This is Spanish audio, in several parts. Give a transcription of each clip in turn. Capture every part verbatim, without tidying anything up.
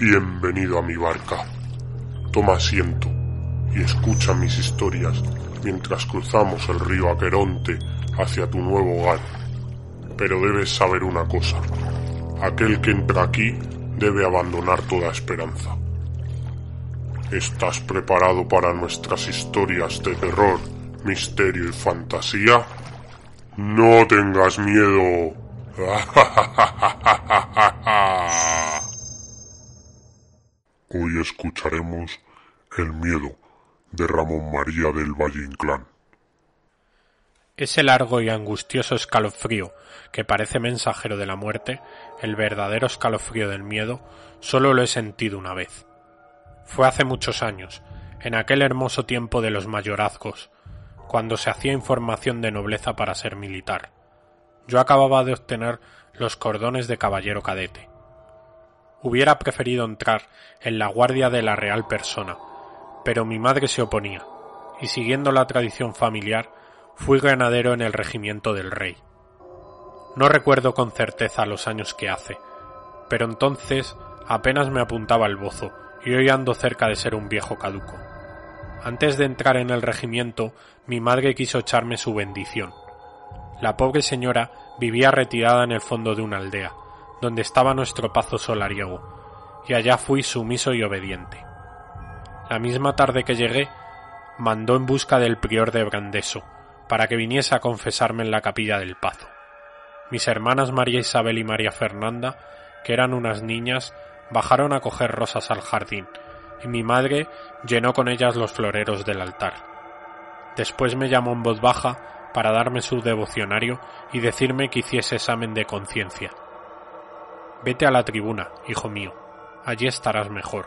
Bienvenido a mi barca. Toma asiento y escucha mis historias mientras cruzamos el río Aqueronte hacia tu nuevo hogar. Pero debes saber una cosa. Aquel que entra aquí debe abandonar toda esperanza. ¿Estás preparado para nuestras historias de terror, misterio y fantasía? ¡No tengas miedo! Hoy escucharemos El miedo de Ramón María del Valle Inclán. Ese largo y angustioso escalofrío que parece mensajero de la muerte, el verdadero escalofrío del miedo, solo lo he sentido una vez. Fue hace muchos años, en aquel hermoso tiempo de los mayorazgos, cuando se hacía información de nobleza para ser militar. Yo acababa de obtener los cordones de caballero cadete. Hubiera preferido entrar en la guardia de la real persona, pero mi madre se oponía, y siguiendo la tradición familiar, fui granadero en el regimiento del rey. No recuerdo con certeza los años que hace, pero entonces apenas me apuntaba el bozo, y hoy ando cerca de ser un viejo caduco. Antes de entrar en el regimiento, mi madre quiso echarme su bendición. La pobre señora vivía retirada en el fondo de una aldea, donde estaba nuestro pazo solariego, y allá fui sumiso y obediente. La misma tarde que llegué, mandó en busca del prior de Brandeso, para que viniese a confesarme en la capilla del Pazo. Mis hermanas María Isabel y María Fernanda, que eran unas niñas, bajaron a coger rosas al jardín, y mi madre llenó con ellas los floreros del altar. Después me llamó en voz baja para darme su devocionario y decirme que hiciese examen de conciencia. Vete a la tribuna, hijo mío, allí estarás mejor.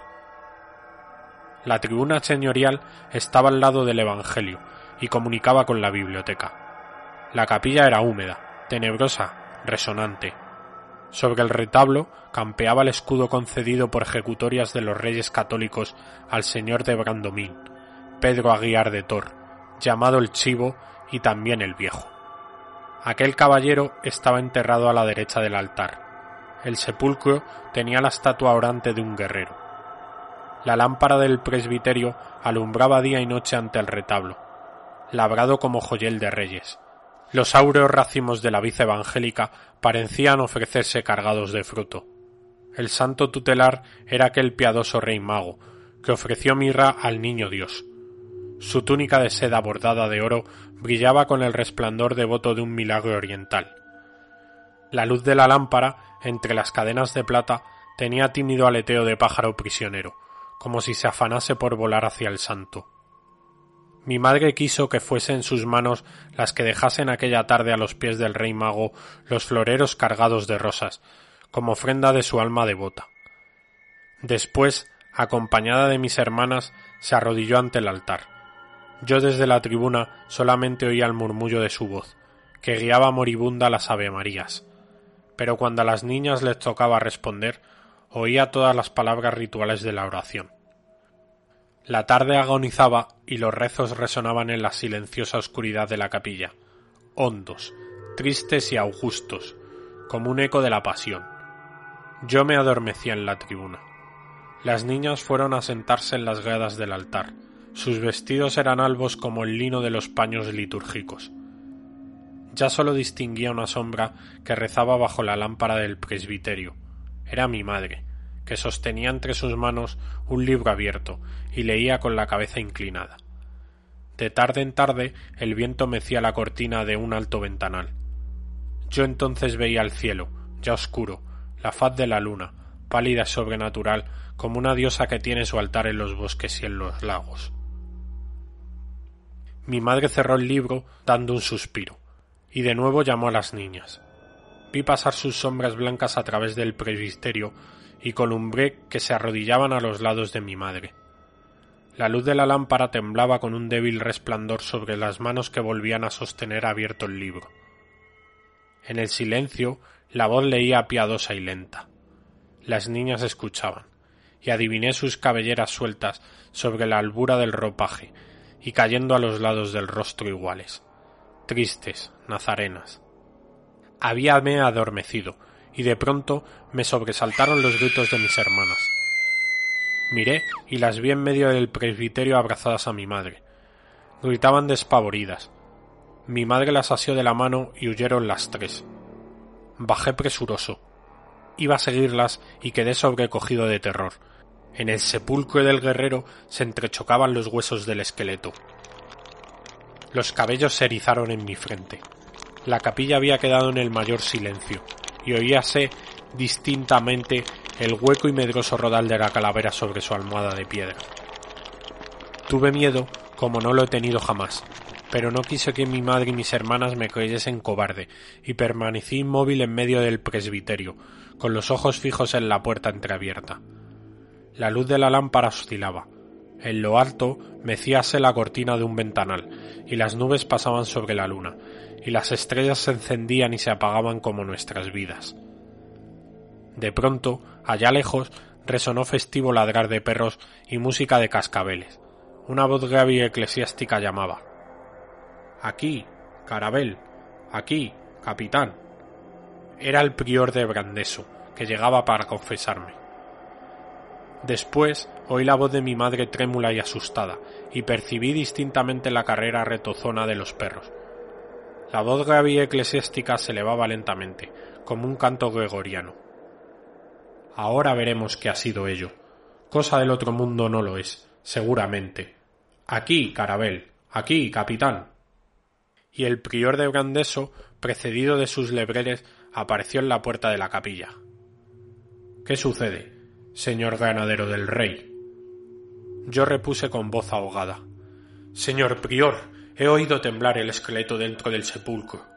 La tribuna señorial estaba al lado del Evangelio y comunicaba con la biblioteca. La capilla era húmeda, tenebrosa, resonante. Sobre el retablo campeaba el escudo concedido por ejecutorias de los reyes católicos al señor de Brandomín, Pedro Aguiar de Tor, llamado el Chivo y también el Viejo. Aquel caballero estaba enterrado a la derecha del altar. El sepulcro tenía la estatua orante de un guerrero. La lámpara del presbiterio alumbraba día y noche ante el retablo, labrado como joyel de reyes. Los áureos racimos de la vid evangélica parecían ofrecerse cargados de fruto. El santo tutelar era aquel piadoso rey mago, que ofreció mirra al niño Dios. Su túnica de seda bordada de oro brillaba con el resplandor devoto de un milagro oriental. La luz de la lámpara, entre las cadenas de plata, tenía tímido aleteo de pájaro prisionero, como si se afanase por volar hacia el santo. Mi madre quiso que fuesen sus manos las que dejasen aquella tarde a los pies del rey mago los floreros cargados de rosas, como ofrenda de su alma devota. Después, acompañada de mis hermanas, se arrodilló ante el altar. Yo desde la tribuna solamente oía el murmullo de su voz, que guiaba moribunda las avemarías. Pero cuando a las niñas les tocaba responder, oía todas las palabras rituales de la oración. La tarde agonizaba y los rezos resonaban en la silenciosa oscuridad de la capilla, hondos, tristes y augustos, como un eco de la pasión. Yo me adormecía en la tribuna. Las niñas fueron a sentarse en las gradas del altar. Sus vestidos eran albos como el lino de los paños litúrgicos. Ya solo distinguía una sombra que rezaba bajo la lámpara del presbiterio. Era mi madre, que sostenía entre sus manos un libro abierto y leía con la cabeza inclinada. De tarde en tarde el viento mecía la cortina de un alto ventanal. Yo entonces veía el cielo, ya oscuro, la faz de la luna, pálida y sobrenatural, como una diosa que tiene su altar en los bosques y en los lagos. Mi madre cerró el libro dando un suspiro, y de nuevo llamó a las niñas. Vi pasar sus sombras blancas a través del presbiterio y columbré que se arrodillaban a los lados de mi madre. La luz de la lámpara temblaba con un débil resplandor sobre las manos que volvían a sostener abierto el libro. En el silencio, la voz leía piadosa y lenta. Las niñas escuchaban, y adiviné sus cabelleras sueltas sobre la albura del ropaje y cayendo a los lados del rostro iguales, tristes, nazarenas. Habíame adormecido, y de pronto me sobresaltaron los gritos de mis hermanas. Miré y las vi en medio del presbiterio abrazadas a mi madre. Gritaban despavoridas. Mi madre las asió de la mano y huyeron las tres. Bajé presuroso. Iba a seguirlas y quedé sobrecogido de terror. En el sepulcro del guerrero se entrechocaban los huesos del esqueleto. Los cabellos se erizaron en mi frente. La capilla había quedado en el mayor silencio, y oíase distintamente el hueco y medroso rodal de la calavera sobre su almohada de piedra. Tuve miedo como no lo he tenido jamás, pero no quise que mi madre y mis hermanas me creyesen cobarde, y permanecí inmóvil en medio del presbiterio, con los ojos fijos en la puerta entreabierta. La luz de la lámpara oscilaba. En lo alto mecíase la cortina de un ventanal, y las nubes pasaban sobre la luna, y las estrellas se encendían y se apagaban como nuestras vidas. De pronto, allá lejos, resonó festivo ladrar de perros y música de cascabeles. Una voz grave y eclesiástica llamaba: «Aquí, Carabel, aquí, capitán». Era el prior de Brandeso, que llegaba para confesarme. Después oí la voz de mi madre trémula y asustada, y percibí distintamente la carrera retozona de los perros. La voz grave y eclesiástica se elevaba lentamente, como un canto gregoriano. Ahora veremos qué ha sido ello. Cosa del otro mundo no lo es, seguramente. Aquí, Carabel, aquí, capitán. Y el prior de Brandeso, precedido de sus lebreles, apareció en la puerta de la capilla. ¿Qué sucede, señor ganadero del rey? Yo repuse con voz ahogada: Señor prior, he oído temblar el esqueleto dentro del sepulcro.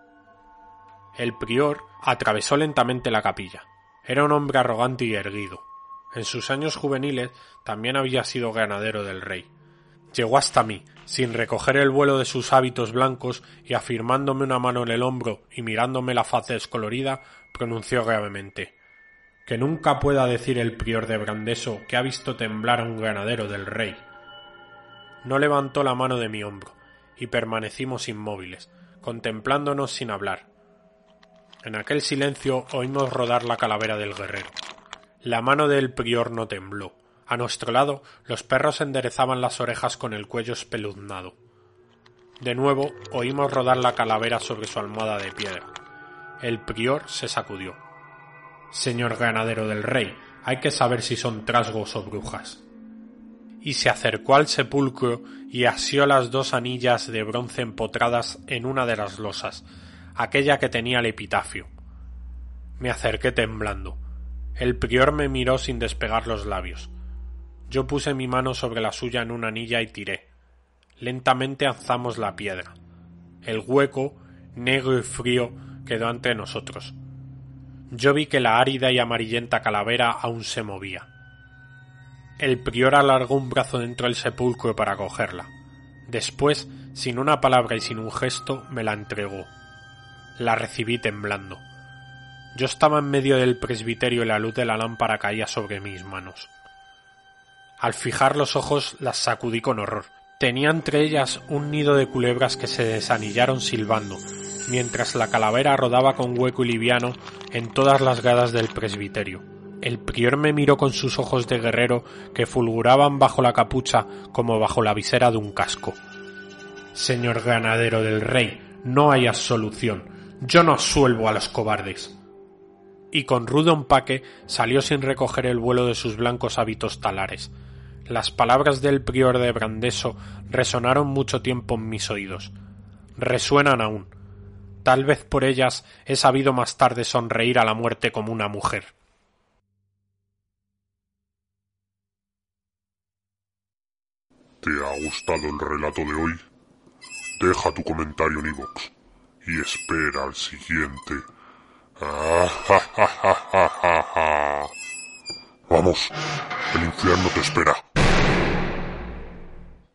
El prior atravesó lentamente la capilla. Era un hombre arrogante y erguido. En sus años juveniles también había sido ganadero del rey. Llegó hasta mí, sin recoger el vuelo de sus hábitos blancos, y afirmándome una mano en el hombro y mirándome la faz descolorida, pronunció gravemente: «Que nunca pueda decir el prior de Brandeso que ha visto temblar a un ganadero del rey». No levantó la mano de mi hombro, y permanecimos inmóviles, contemplándonos sin hablar. En aquel silencio oímos rodar la calavera del guerrero. La mano del prior no tembló. A nuestro lado, los perros enderezaban las orejas con el cuello espeluznado. De nuevo, oímos rodar la calavera sobre su almohada de piedra. El prior se sacudió. «Señor ganadero del rey, hay que saber si son trasgos o brujas». Y se acercó al sepulcro y asió las dos anillas de bronce empotradas en una de las losas, aquella que tenía el epitafio. Me acerqué temblando. El prior me miró sin despegar los labios. Yo puse mi mano sobre la suya en una anilla y tiré. Lentamente alzamos la piedra. El hueco, negro y frío, quedó ante nosotros. Yo vi que la árida y amarillenta calavera aún se movía. El prior alargó un brazo dentro del sepulcro para cogerla. Después, sin una palabra y sin un gesto, me la entregó. La recibí temblando. Yo estaba en medio del presbiterio y la luz de la lámpara caía sobre mis manos. Al fijar los ojos las sacudí con horror. Tenía entre ellas un nido de culebras que se desanillaron silbando, mientras la calavera rodaba con hueco y liviano en todas las gradas del presbiterio. El prior me miró con sus ojos de guerrero que fulguraban bajo la capucha como bajo la visera de un casco. «Señor ganadero del rey, no hay absolución. Yo no absuelvo a los cobardes». Y con rudo empaque salió sin recoger el vuelo de sus blancos hábitos talares. Las palabras del prior de Brandeso resonaron mucho tiempo en mis oídos. Resuenan aún. Tal vez por ellas he sabido más tarde sonreír a la muerte como una mujer. ¿Te ha gustado el relato de hoy? Deja tu comentario en iVoox y espera al siguiente. Ah, ja, ja, ja, ja, ja. Vamos, el infierno te espera.